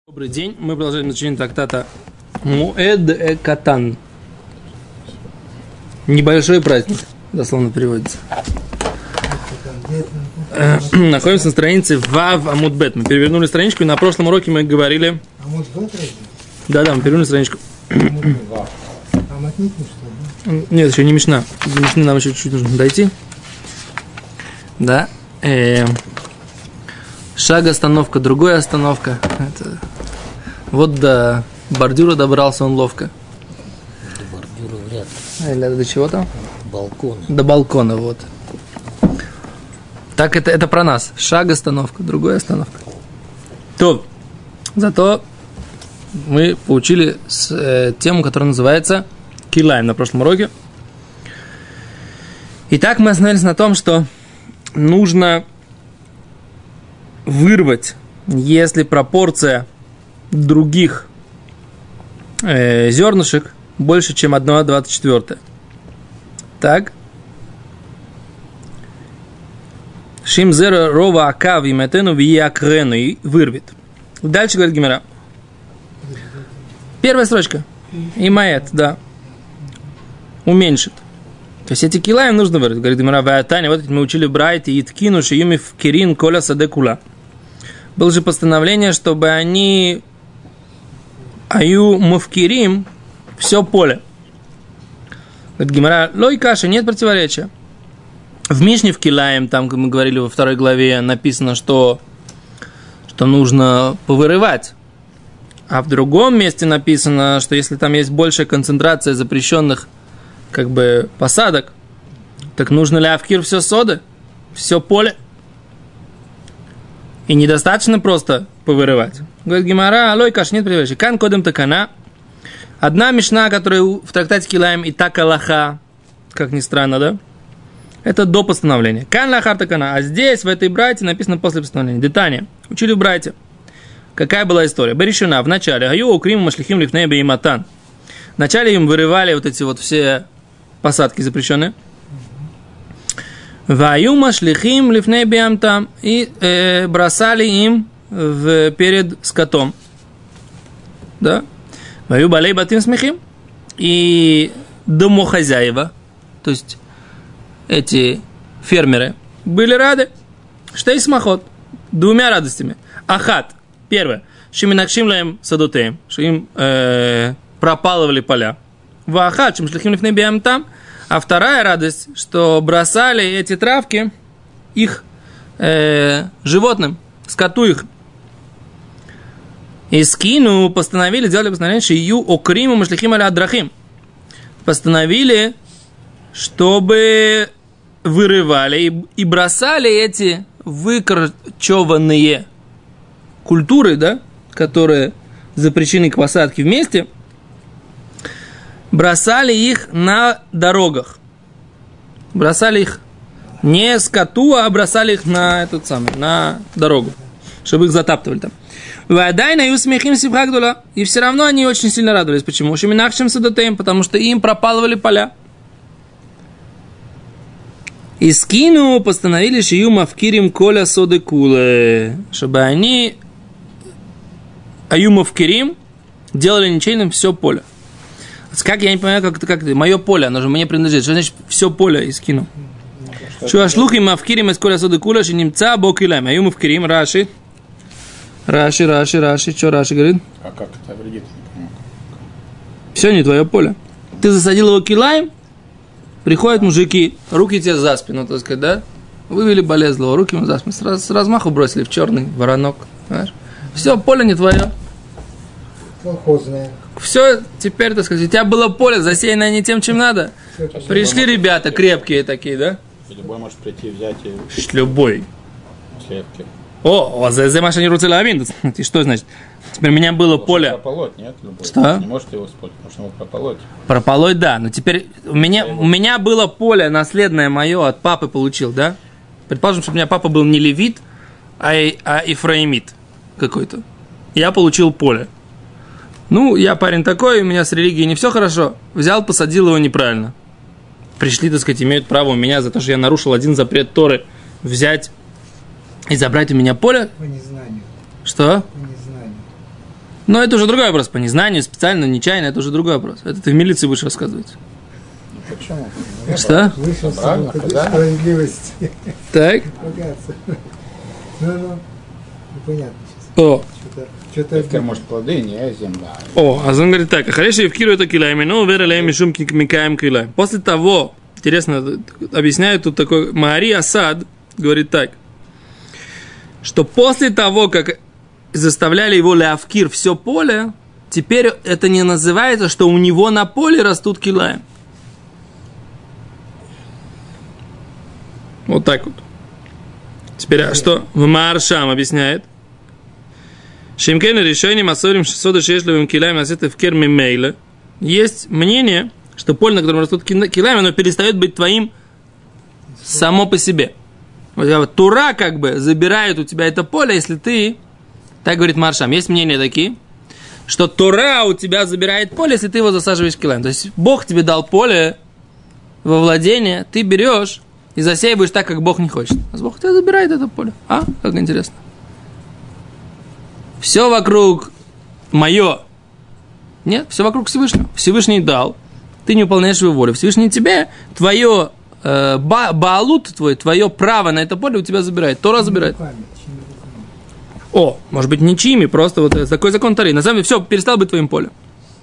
Добрый день. Мы продолжаем изучение трактата Муэд Катан. Небольшой праздник, дословно переводится. Находимся на странице Вав Амуд Бет. Мы перевернули страничку, и на прошлом уроке мы говорили... Амуд Бет разве? Да, мы перевернули страничку. А матник что ли? Нет, еще не Мишна. До Мишны нам еще чуть-чуть нужно дойти. Да. Шаг остановка, другая остановка. Это... Вот до бордюра добрался он ловко. До бордюра вряд ли. Или до чего там? Балкон. До балкона, вот. Так это про нас. Шаг остановка, другая остановка. То, зато мы получили тему, которая называется Килайм на прошлом уроке. Итак, мы остановились на том, что нужно вырвать, если пропорция других зернышек больше, чем 1/24. Так. Шимзера рова акав иметену виякрену и вырвет. Дальше говорит Гемара. Первая строчка. Имает, да. Уменьшит. То есть эти килаем нужно вырвать. Говорит Гемара, ваятане, вот мы учили в Брайте, иткину шиюми в кирин коля садекула. Было же постановление, чтобы они аю мовкирим все поле. Говорит Гемара, лой каши, нет противоречия. В Мишне в Килаем, там, как мы говорили во 2 главе, написано, что нужно повырывать. А в другом месте написано, что если там есть большая концентрация запрещенных как бы посадок, так нужно ли авкир все соды, все поле? И недостаточно просто повырывать. Говорит Гемара, алой каш, нет противоречия. Кан кодем такана. Одна мишна, которая в трактате Килаем и так алаха, как ни странно, да? Это до постановления. Кан лахар такана. А здесь, в этой брайте, написано после постановления. Детание. Учили в брайте. Какая была история? Берешина в начале. Гаю укрим машлихим лифнеби и матан. Вначале им вырывали вот эти вот все посадки запрещенные. Ваю машлихим лифнеби амтам. И бросали им перед скотом. Да? Ваю балей батим смехим. И домохозяева. То есть эти фермеры были рады. Штей смахот. 2 радостями. Ахат. Первое. Шиминакшим лаем садутеем. Что им пропалывали поля. Вахат. Шим шлихим лифней биам там. А вторая радость, что бросали эти травки их животным. Скоту их. И скину постановили, сделали постановление, что ию окриму машлихим аля адрахим. Постановили, чтобы вырывали и бросали эти выкорчеванные культуры, да, которые запрещены к посадке вместе, бросали их на дорогах. Бросали их не скоту, а бросали их на на дорогу, чтобы их затаптывали там. И все равно они очень сильно радовались. Почему? Потому что им пропалывали поля. И скину постановили шию мавкирим коля соды куле, чтобы они аю мавкирим делали ничейным все поле. Как я не понимаю, как это мое поле, оно же мне принадлежит. Что значит все поле и скину? Шуашлухи мавкирим из коля соды куле, что немца бокилем. Аю мавкирим, Раши. Что Раши говорит? А как это вредит? Все не твое поле. Ты засадил его килаем, приходят мужики, руки тебе за спину, так сказать, да? Вывели болезлого, руки ему за спину, с размаху бросили в черный воронок. Понимаешь? Все, поле не твое. Колхозное. Все, теперь, так сказать, у тебя было поле, засеянное не тем, чем надо. Пришли ребята крепкие такие, да? Любой может прийти и взять и... Любой. Слепки. О, за Маша не руцелавин. И что значит? Теперь у меня было поле. Прополоть, нет? Любой. Что? Не можете его использовать, потому что его прополоть. Прополоть, да. Но теперь у меня было поле наследное мое, от папы получил, да? Предположим, что у меня папа был не левит, а ифраимит какой-то. Я получил поле. Ну, я парень такой, у меня с религией не все хорошо. Взял, посадил его неправильно. Пришли, так сказать, имеют право у меня за то, что я нарушил один запрет Торы, взять и забрать у меня поле. По незнанию. Что? По незнанию. Но это уже другой вопрос. По незнанию, специально, нечаянно, это уже другой вопрос. Это ты в милиции будешь рассказывать. Почему? Что? Вышел Правильно, да? справедливости. Так. Погаться. Ну, непонятно сейчас. О. Что-то Эфкер может плоды, не земля. О, а он говорит так. Хареши евкиру это килайми, но вералеем мишум микаем килайм. После того, интересно, объясняет тут такой Маари Асад, говорит так, что после того, как заставляли его леавкир все поле, теперь это не называется, что у него на поле растут килаем. Вот так вот. Теперь, а что? В Мааршам объясняет. Шимкен решением асорим 600 шешлевым килаем асеты в керме мейла. Есть мнение, что поле, на котором растут килаем, оно перестает быть твоим само по себе. Тура как бы забирает у тебя это поле, если ты... Так говорит Маршам. Есть мнения такие, что Тора у тебя забирает поле, если ты его засаживаешь килаем. То есть Бог тебе дал поле во владение, ты берешь и засеиваешь так, как Бог не хочет. А Бог тебя забирает это поле. А? Как интересно. Все вокруг мое. Нет, все вокруг Всевышнего. Всевышний дал. Ты не выполняешь его волю. Всевышний тебе, твое баалут твой, твое право на это поле у тебя забирает. Тора забирает. О, может быть, не чьими, просто вот такой закон Торы. На самом деле, все, перестал быть твоим полем.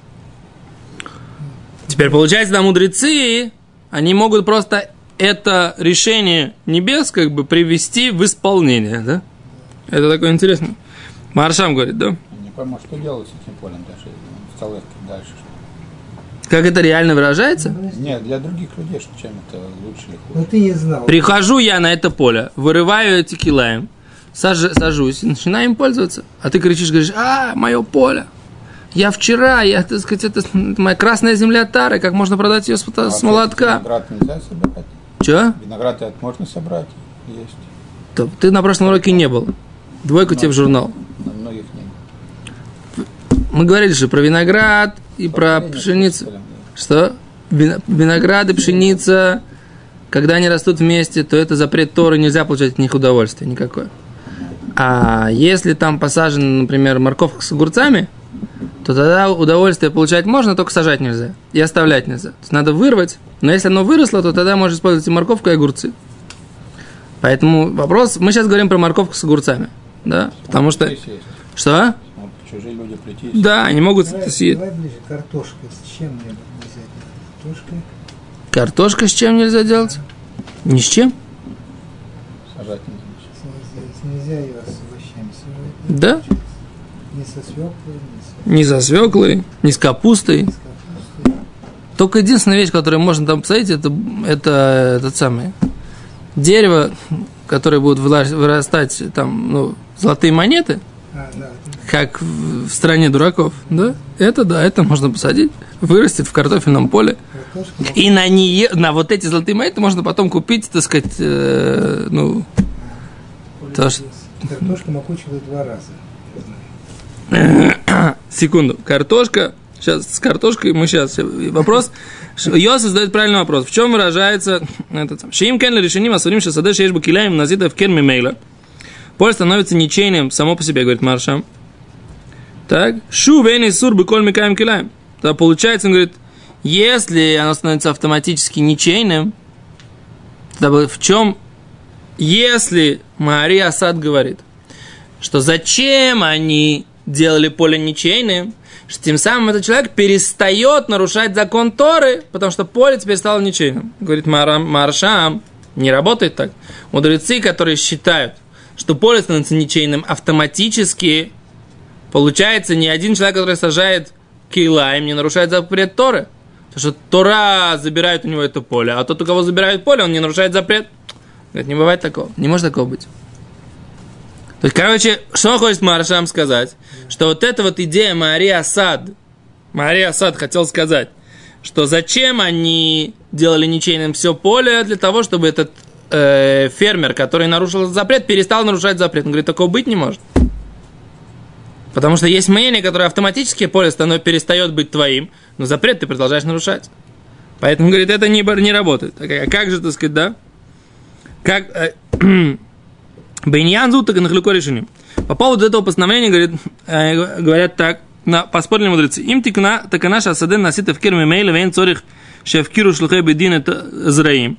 Теперь, получается, да, мудрецы, они могут просто это решение небес как бы привести в исполнение, да? Это такое интересное. Маршам говорит, да? Не пойму, что делать с этим полем дальше, в Столовке дальше. Как это реально выражается? Нет, для других людей, что чем это лучше или хуже. Ну ты не знал. Прихожу я на это поле, вырываю эти килаем, сажусь, начинаю им пользоваться. А ты кричишь, говоришь, мое поле. Я вчера, так сказать, это моя красная земля Тары, как можно продать ее с молотка? Виноград нельзя собирать? Че? Виноград это можно собрать, есть. Ты на прошлом уроке не был. Двойку тебе в журнал. На многих нет. Мы говорили же про виноград и про пшеницу. Что? Виноград и пшеница, когда они растут вместе, то это запрет Торы, нельзя получать от них удовольствие никакое. А если там посажена, например, морковка с огурцами, то тогда удовольствие получать можно, только сажать нельзя. И оставлять нельзя. То есть надо вырвать, но если оно выросло, то тогда можно использовать и морковку, и огурцы. Поэтому вопрос, мы сейчас говорим про морковку с огурцами. Да? Потому что... Что? Чужие люди прийти. Да, они могут съесть. Давай ближе, картошка. С чем нельзя делать? Картошка. Картошка с чем нельзя делать? Ни с чем. Сажать Нельзя ее с овощами сажать. Да. Не со свеклой, ни со свеклой, ни с капустой. Только единственная вещь, которую можно там посадить, это этот самый дерево, которое будет вырастать там, золотые монеты, как в стране дураков, да? Это можно посадить, вырастет в картофельном поле. И на вот эти золотые монеты можно потом купить, так сказать, Картошка макучила 2 раза. Секунду. Картошка. Сейчас с картошкой мы сейчас. Вопрос. Йосиф задает правильный вопрос. В чем выражается этот? Шиим кен решением асурим шасадеш еш букиляем назита в керме мейла. Поле становится ничейным само по себе, говорит Маршам. Так. Шу вейни сур быколь микаем килаем. То получается, он говорит, если оно становится автоматически ничейным, тогда в чем, если Маари Асад говорит, что зачем они делали поле ничейным, что тем самым этот человек перестает нарушать закон Торы, потому что поле теперь стало ничейным. Говорит Маршам, не работает так. Мудрецы, которые считают, что поле становится ничейным автоматически, получается, ни один человек, который сажает килаем, не нарушает запрет Торы. Потому что Тора забирает у него это поле, а тот, у кого забирают поле, он не нарушает запрет. Говорит, не бывает такого. Не может такого быть. То есть, короче, что хочет Маршам сказать? Что вот эта вот идея Маари Асад хотел сказать, что зачем они делали ничейным все поле, для того, чтобы этот фермер, который нарушил запрет, перестал нарушать запрет. Он говорит, такого быть не может. Потому что есть мнение, которое автоматически поле перестает быть твоим, но запрет ты продолжаешь нарушать. Поэтому, говорит, это не работает. А как же, так сказать, да? Как... Бейньян зут, так и нахлюко решением. По поводу этого постановления говорят так, поспорили мудрецы. Им тикна, так наша асаден насита в кирме мейле, вейн цорих шевкиру шлухэ бедин это зраим.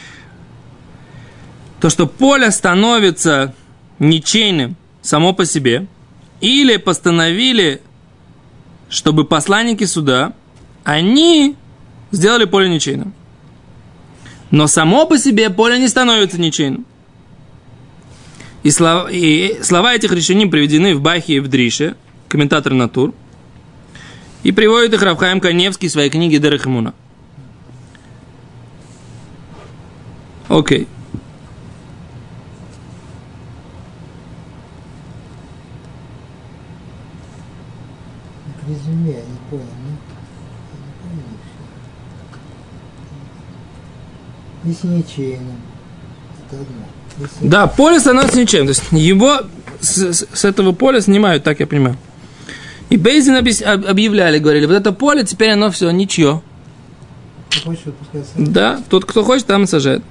То, что поле становится ничейным само по себе, или постановили, чтобы посланники суда, они сделали поле ничейным. Но само по себе поле не становится ничейным. И слова этих решений приведены в Бахе и в Дрише, комментатор Натур, и приводит их Рав Хаим Каневский в своей книге Дерех Эмуна. Окей. Резюме, я не понял, Если ничейным, это одно. Если... Да, поле становится ничем. То есть его с этого поля снимают, так я понимаю. И Бейзин объявляли, говорили, вот это поле, теперь оно все ничье. Кто хочет, пускай сажает. Да, тот, кто хочет, там и сажает.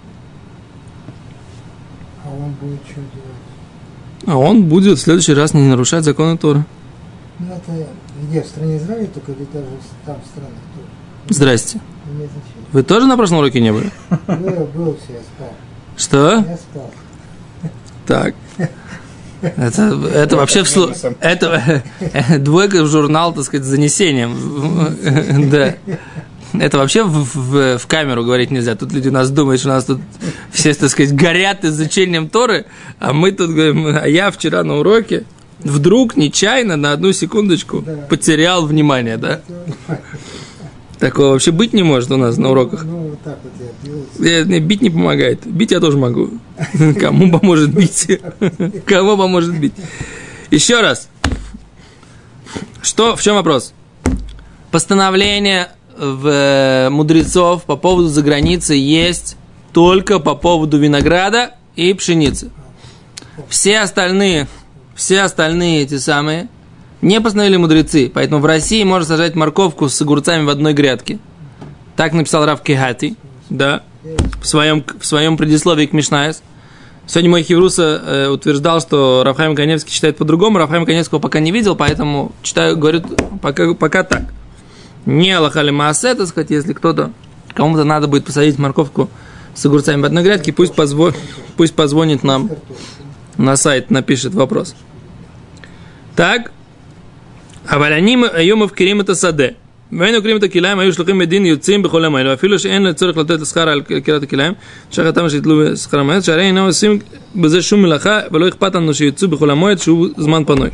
А он будет что делать? А он будет в следующий раз не нарушать законы Торы. Ну это где? В стране Израиля только или даже там в странах тоже? Здрасте. Не имеет значения. Вы тоже на прошлом уроке не были? Был все, я спал. Что? Я спал. Так. Это вообще вслух. Это двойка в журнал, так сказать, с занесением. Да. Это вообще в камеру говорить нельзя. Тут люди у нас думают, что у нас тут все, так сказать, горят изучением Торы, а мы тут говорим, а я вчера на уроке вдруг нечаянно на одну секундочку потерял внимание, да? Такого вообще быть не может у нас на уроках. Ну, вот так вот я делаю. Бить не помогает. Бить я тоже могу. Кому поможет бить? Кому поможет бить? Еще раз. В чем вопрос? Постановление мудрецов по поводу заграницы есть только по поводу винограда и пшеницы. Все остальные эти самые не постановили мудрецы, поэтому в России можно сажать морковку с огурцами в одной грядке. Так написал Рав Кехати, да, в своем предисловии к Мишнаес. Сегодня мой Хевруса утверждал, что Рав Хаим Каневский читает по-другому. Рав Хаим Каневского пока не видел, поэтому говорит пока так. Не алаха маасе, так сказать, если кому-то надо будет посадить морковку с огурцами в одной грядке, пусть позвонит нам на сайт, напишет вопрос. Так. אבל היום מפקירים את השדה. והיינו קוראים את הכליים, היו שלוחים בדין יוצאים בכל המים, ואפילו שאין לצורך לתת לשכר על קריאת הכליים, שחתם שיתלו שכר המועד, שהרי אינם עושים בזה שום מלאכה, ולא אכפת לנו שיוצאו בכל המועד, שהוא זמן פנוי.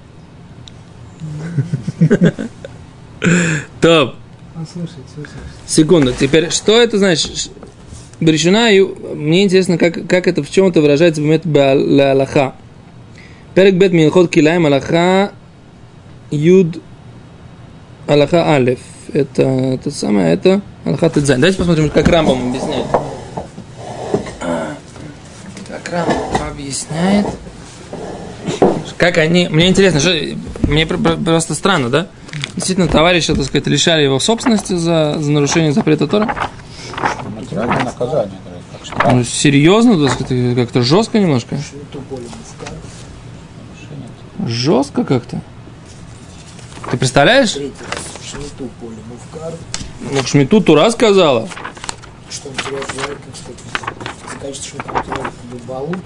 טוב. Секунду. Теперь, что это значит? Берешина, мне интересно, как это, в чем это выражается в момент Аллаха. Перек бет милхот килаем Аллаха Юд Аллаха Алеф. Это Аллаха Тедзайн. Давайте посмотрим, как Рамбам объясняет. Как Рамбам объясняет. Как они... Мне интересно, мне просто странно, да? Действительно, товарища, так сказать, лишали его собственности за нарушение запрета Тора. Материальное наказание. Ну, серьезно, так сказать, как-то жестко немножко. Жестко как-то. Ты представляешь? Ну, к Шмиту Тура сказала. Что он теряет власть, кстати, качество Шмита он теряет балу.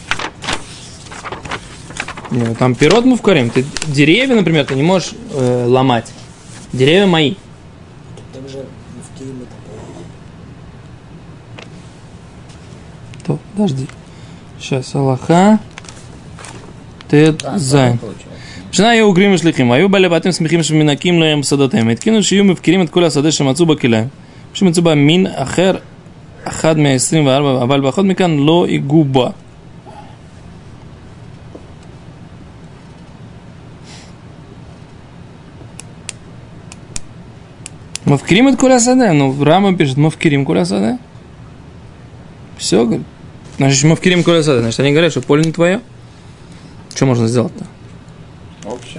Нет, там пирот мувкарим. Ты деревья, например, ты не можешь ломать. Деревья мои. Также мувкарим это То, подожди. Сейчас, Аллаха. Тедзайн. Жена ее угрим и шлихим. Аю бали батим смехим шминаким лоем садотем. Иткину шию мувкарим от кола садеш шамацу бакилаем. Шимацуба мин ахер ахад мя 24 אבל בחוד מכאן לא ייגעו בה. Мавкирим от коля саде. Ну, Рамбам пишет, мавкирим коля саде. Все, говорит. Значит, мавкирим коля саде. Значит, они говорят, что поле не твое. Что можно сделать-то? Общее.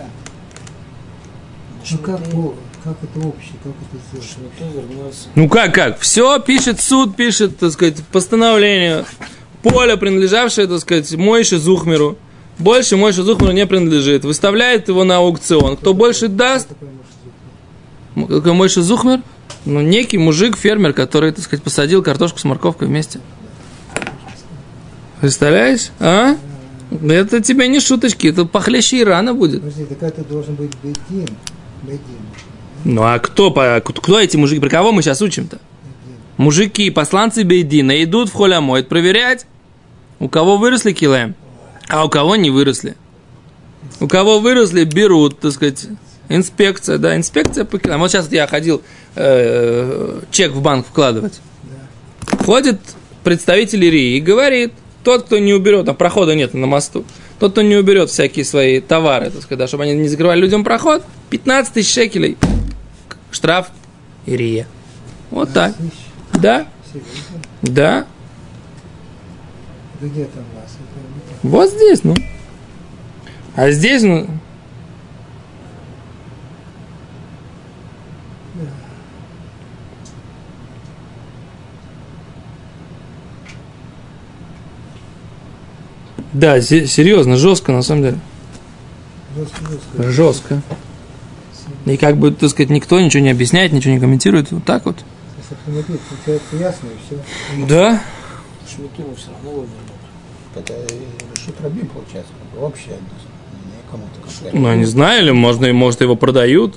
Ну как это общее, как это сделать? Ну как? Все пишет суд, пишет, так сказать, постановление. Поле, принадлежавшее, так сказать, Мойше Зухмеру. больше Мойше Зухмару не принадлежит. Выставляет его на аукцион. Кто больше даст? Какой Мойше Зухмар? Ну, некий мужик, фермер, который, так сказать, посадил картошку с морковкой вместе. Представляешь? А? Это тебе не шуточки, это похлеще Ирана будет. Подожди, так это должен быть Бейдин. Ну, а кто эти мужики? Про кого мы сейчас учим-то? Мужики, посланцы Бейдина, идут в Холямоид проверять, у кого выросли килаем, а у кого не выросли. У кого выросли, берут, так сказать, инспекция, да, инспекция по килаем. Вот сейчас я ходил чек в банк вкладывать. Ходит представитель Ирии и говорит, тот, кто не уберет, там прохода нет на мосту, тот, кто не уберет всякие свои товары, так сказать, да, чтобы они не закрывали людям проход, 15 тысяч шекелей штраф Ирия. Вот так. Да? Да. Да где там у вас? Вот здесь, ну. А здесь, ну. Да, серьезно, жестко, на самом деле. Жестко. И как бы, так сказать, никто ничего не объясняет, ничего не комментирует. Вот так вот. Получается ясно и все. Да. Шмиту все равно вернут. Это решит Рабим, получается, общее, не кому-то конкретно. Ну, я не знаю, или может его продают.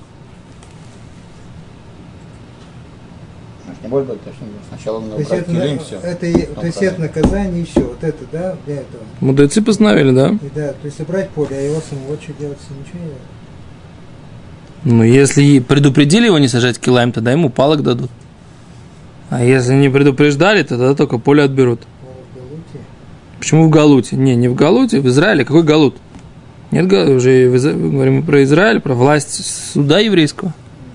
Не может быть, потому что сначала надо То есть убрать килим, все. то есть это наказание еще, вот это, да, для этого. Мудрецы постановили, да? И да, то есть убрать поле, а его самого что делать, ничего не делать. Ну, если предупредили его не сажать килаем, тогда ему палок дадут. А если не предупреждали, тогда только поле отберут. В Галуте. Почему в Галуте? Не в Галуте, в Израиле. Какой Галут? Нет, уже говорим про Израиль, про власть суда еврейского.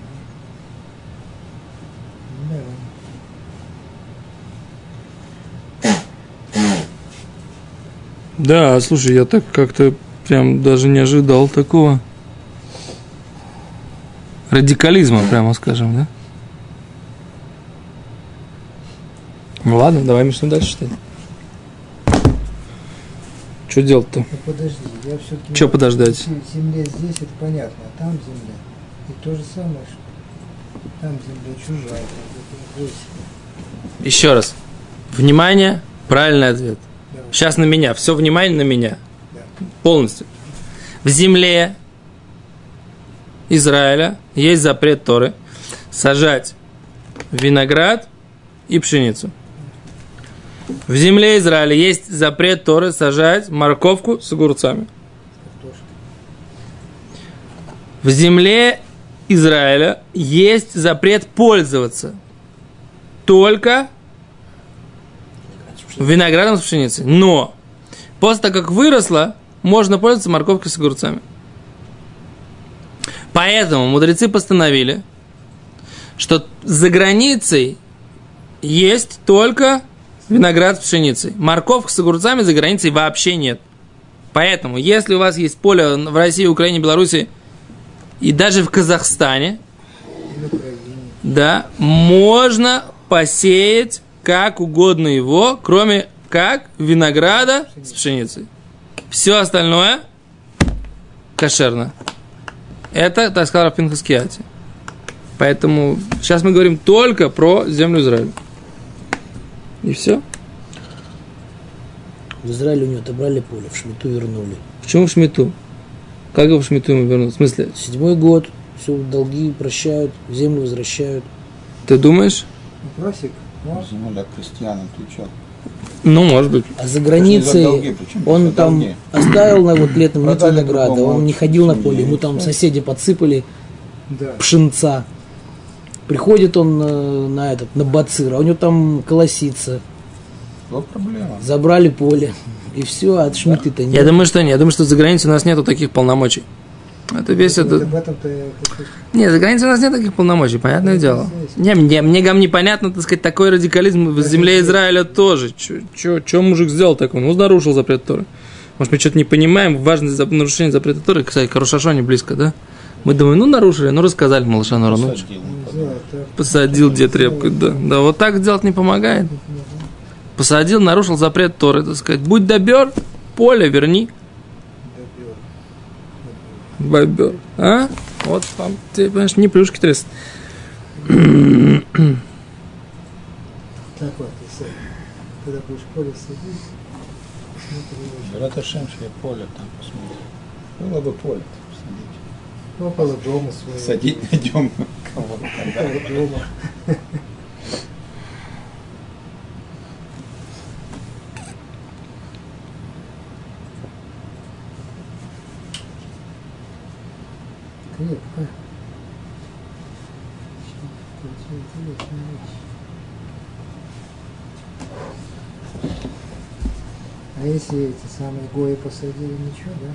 Да, слушай, я так как-то прям даже не ожидал такого радикализма, прямо скажем, да? Ну ладно, давай начнем дальше читать. Что делать-то? Ну подожди, я все-таки... Что подождать? В земле здесь это понятно, а там земля. И то же самое, что там земля чужая. Еще раз. Внимание, правильный ответ. Да. Сейчас на меня, все внимание на меня. Да. Полностью. В земле Израиля есть запрет Торы сажать виноград и пшеницу. В земле Израиля есть запрет Торы сажать морковку с огурцами. В земле Израиля есть запрет пользоваться только виноградом с пшеницей. Но после того, как выросла, можно пользоваться морковкой с огурцами. Поэтому мудрецы постановили, что за границей есть только виноград с пшеницей. Морковка с огурцами за границей вообще нет. Поэтому, если у вас есть поле в России, Украине, Беларуси и даже в Казахстане, да, можно посеять как угодно его, кроме как винограда с пшеницей. Все остальное кошерно. Это, так сказал Рав Пинхас Киати. Поэтому сейчас мы говорим только про землю Израиля. И все. В Израиле у него отобрали поле, в Шмиту вернули. Почему в Шмиту? Как его в Шмиту ему вернут? В смысле? 7-й год, все, долги прощают, землю возвращают. Ты думаешь? Вопросик? Может? Земля крестьянам, ты что? Ну, может быть. А за границей долги, причем он за там долги? оставил на вот летом нет Продали винограда, другому, он не ходил на поле, нет. ему там соседи подсыпали Да. пшенца. Приходит он на бацир, а у него там колосится. Вот проблема. Забрали поле. И все, а от Шмиты-то нет. Я думаю, что нет. Я думаю, что за границей у нас нету таких полномочий. Это весь Вот этот... об этом-то я хочу... Нет, за границей у нас нет таких полномочий, понятное дело. Не, мне непонятно, так сказать, такой радикализм в земле Израиля тоже. Че мужик сделал такое? Ну, нарушил запрет Торы. Может, мы что-то не понимаем, важность нарушения запрета Торы. Кстати, к Рош ха-Шане близко, да? Мы думаем, ну, нарушили, ну, рассказали малыша Нора. Ну, посадил дед репку, да. Да, вот так сделать не помогает. Посадил, нарушил запрет Торы, так сказать. Будь добер, поле верни. Бобер. А? Вот вам, ты понимаешь, не плюшки трясут. Так вот, если когда будешь в поле сидеть, смотри, Берет Ашем, что я поле там посмотрю. Было бы поле там сидеть. около дома своего. Садить найдем кого-то тогда. Около дома. Крепко. А если эти самые гои посадили, ничего, да?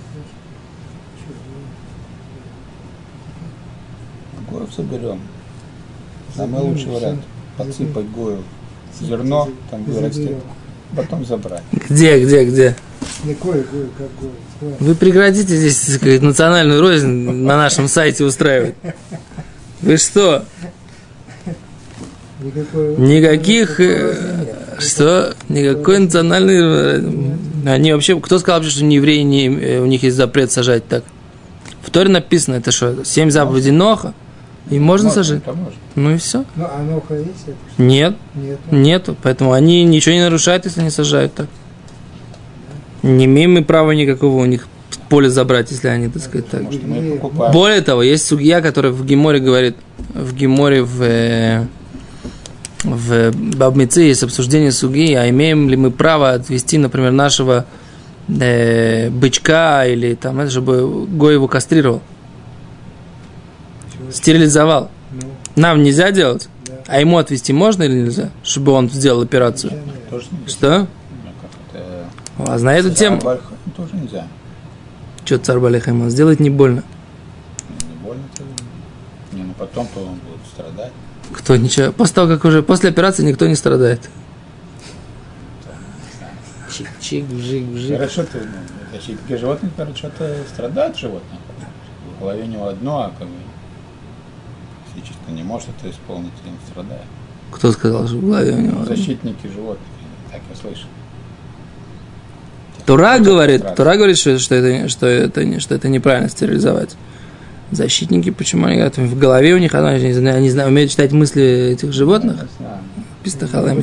Гоев соберем. Самый лучший вариант. Подсыпать Гоев зерно, там вырастет. Потом забрать. Где? Не гой, как гой. Вы прекратите здесь, так сказать, национальную рознь на нашем сайте устраивать. Вы что? Никаких... Что? Никакой национальный... Они вообще... Кто сказал вообще, что не евреи, у них есть запрет сажать так? В Торе написано, это что? 7 заповедей Ноха? И можно сажать? Ну и все. Ну, а Ноха есть? Нет. Нету. Поэтому они ничего не нарушают, если не сажают так. Не имеем мы права никакого у них поле забрать, если они, так сказать, так. Более того, есть судья, который в Геморе говорит, в Геморе в Бабмице есть обсуждение суги, а имеем ли мы право отвести, например, нашего бычка или там, это, чтобы Гой его кастрировал, стерилизовал. Нам нельзя делать, а ему отвести можно или нельзя, чтобы он сделал операцию? Что? А на эту тему... Тоже нельзя. Что царь Балехайм? Сделать не больно. Не больно-то. Не, ну потом-то он будет страдать. Кто ничего. После того, как уже после операции никто не страдает. Чик-чик, вжик. Хорошо, ты, защитники животных, что-то страдают животные. В голове у него одно, а как бы физически не может это исполнить, и не страдает. Кто сказал, что в голове у него? Защитники животных, так я слышу. Тора говорит, что это неправильно стерилизовать. Защитники, почему они говорят, в голове у них, они знают, умеют читать мысли этих животных. Пистахалем.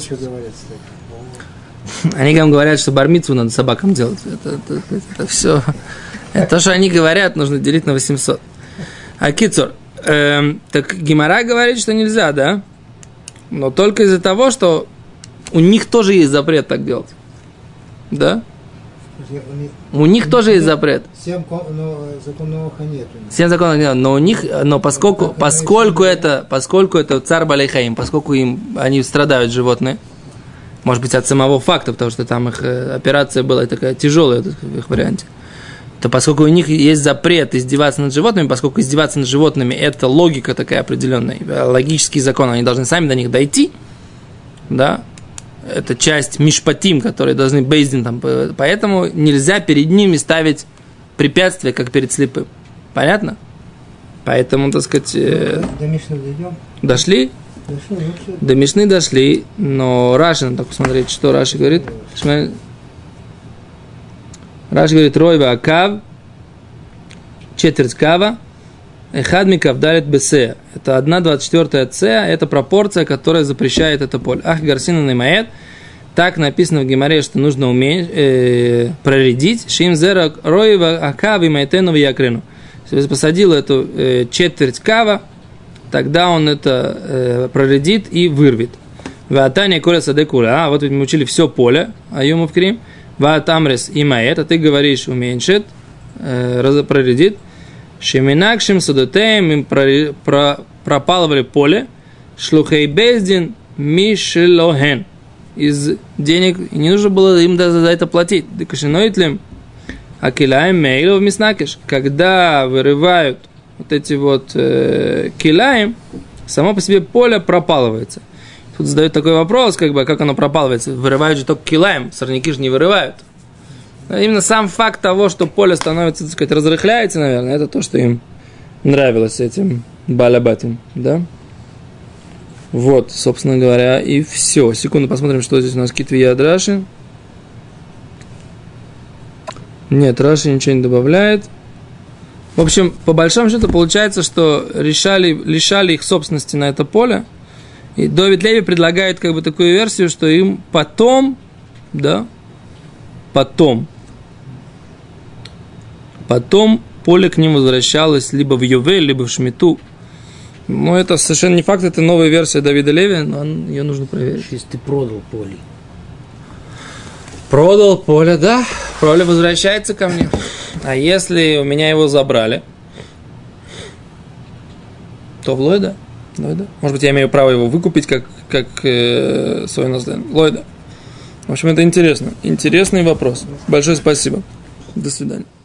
Они вам говорят, что бармицу надо собакам делать. Это все. Это то, что они говорят, нужно делить на 800. А Кицур, так Гемара говорит, что нельзя, да? Но только из-за того, что у них тоже есть запрет так делать. Да? У них тоже есть запрет. 7 законов нет. 7 законов нет, но у них, но поскольку это царь Балейхаим, поскольку они страдают животные, может быть от самого факта, потому что там их операция была такая тяжелая в их варианте, то поскольку у них есть запрет издеваться над животными, поскольку издеваться над животными это логика такая определенная, логический закон, они должны сами до них дойти, да. Это часть мишпатим, которые должны бейздин там, поэтому нельзя перед ними ставить препятствия, как перед слепым. Понятно? Поэтому, так сказать... До Мишны дойдем? Дошли? До Мишны дошли, но Раши, надо так посмотреть, что Раши говорит. Раши говорит, Ройва Акав, четверть кава, Эхадмикав дарит бесея. Это 1/24 цея, это пропорция, которая запрещает это поле. Ах, Гарсина Наймаэт. Так написано в Гемаре, что нужно проредить. Шим зера роева акави майтену якрену. Если посадил эту четверть кава, тогда он это проредит и вырвет. Ваатания коля садекуля. Вот мы учили все поле. Аюмов крим. Ваатамрес и маэт. А ты говоришь уменьшит, проредит. Шеминакшим судотеем им пропалывали поле. Шлухей бездин мишелохен. Из денег, и не нужно было им за это платить. Декашиноитлем акилаем мейлов миснакиш. Когда вырывают вот эти вот килаем, само по себе поле пропалывается. Тут задают такой вопрос, как оно пропалывается. Вырывают же только килаем, сорняки же не вырывают. Но именно сам факт того, что поле становится, так сказать, разрыхляется, наверное, это то, что им нравилось этим балабатим, да? Вот, собственно говоря, и все. Секунду, посмотрим, что здесь у нас Китвия от Раши. Нет, Раши ничего не добавляет. В общем, по большому счету получается, что лишали их собственности на это поле. И Довид Леви предлагает как бы такую версию, что им потом поле к ним возвращалось либо в Йовель, либо в Шмиту. Но это совершенно не факт, это новая версия Давида Леви, но ее нужно проверить. Если ты продал поле. Продал поле, да. Поле возвращается ко мне. А если у меня его забрали, то в Лойда. Может быть, я имею право его выкупить как свой наследник. Лойда. В общем, это интересно. Интересный вопрос. Большое спасибо. До свидания.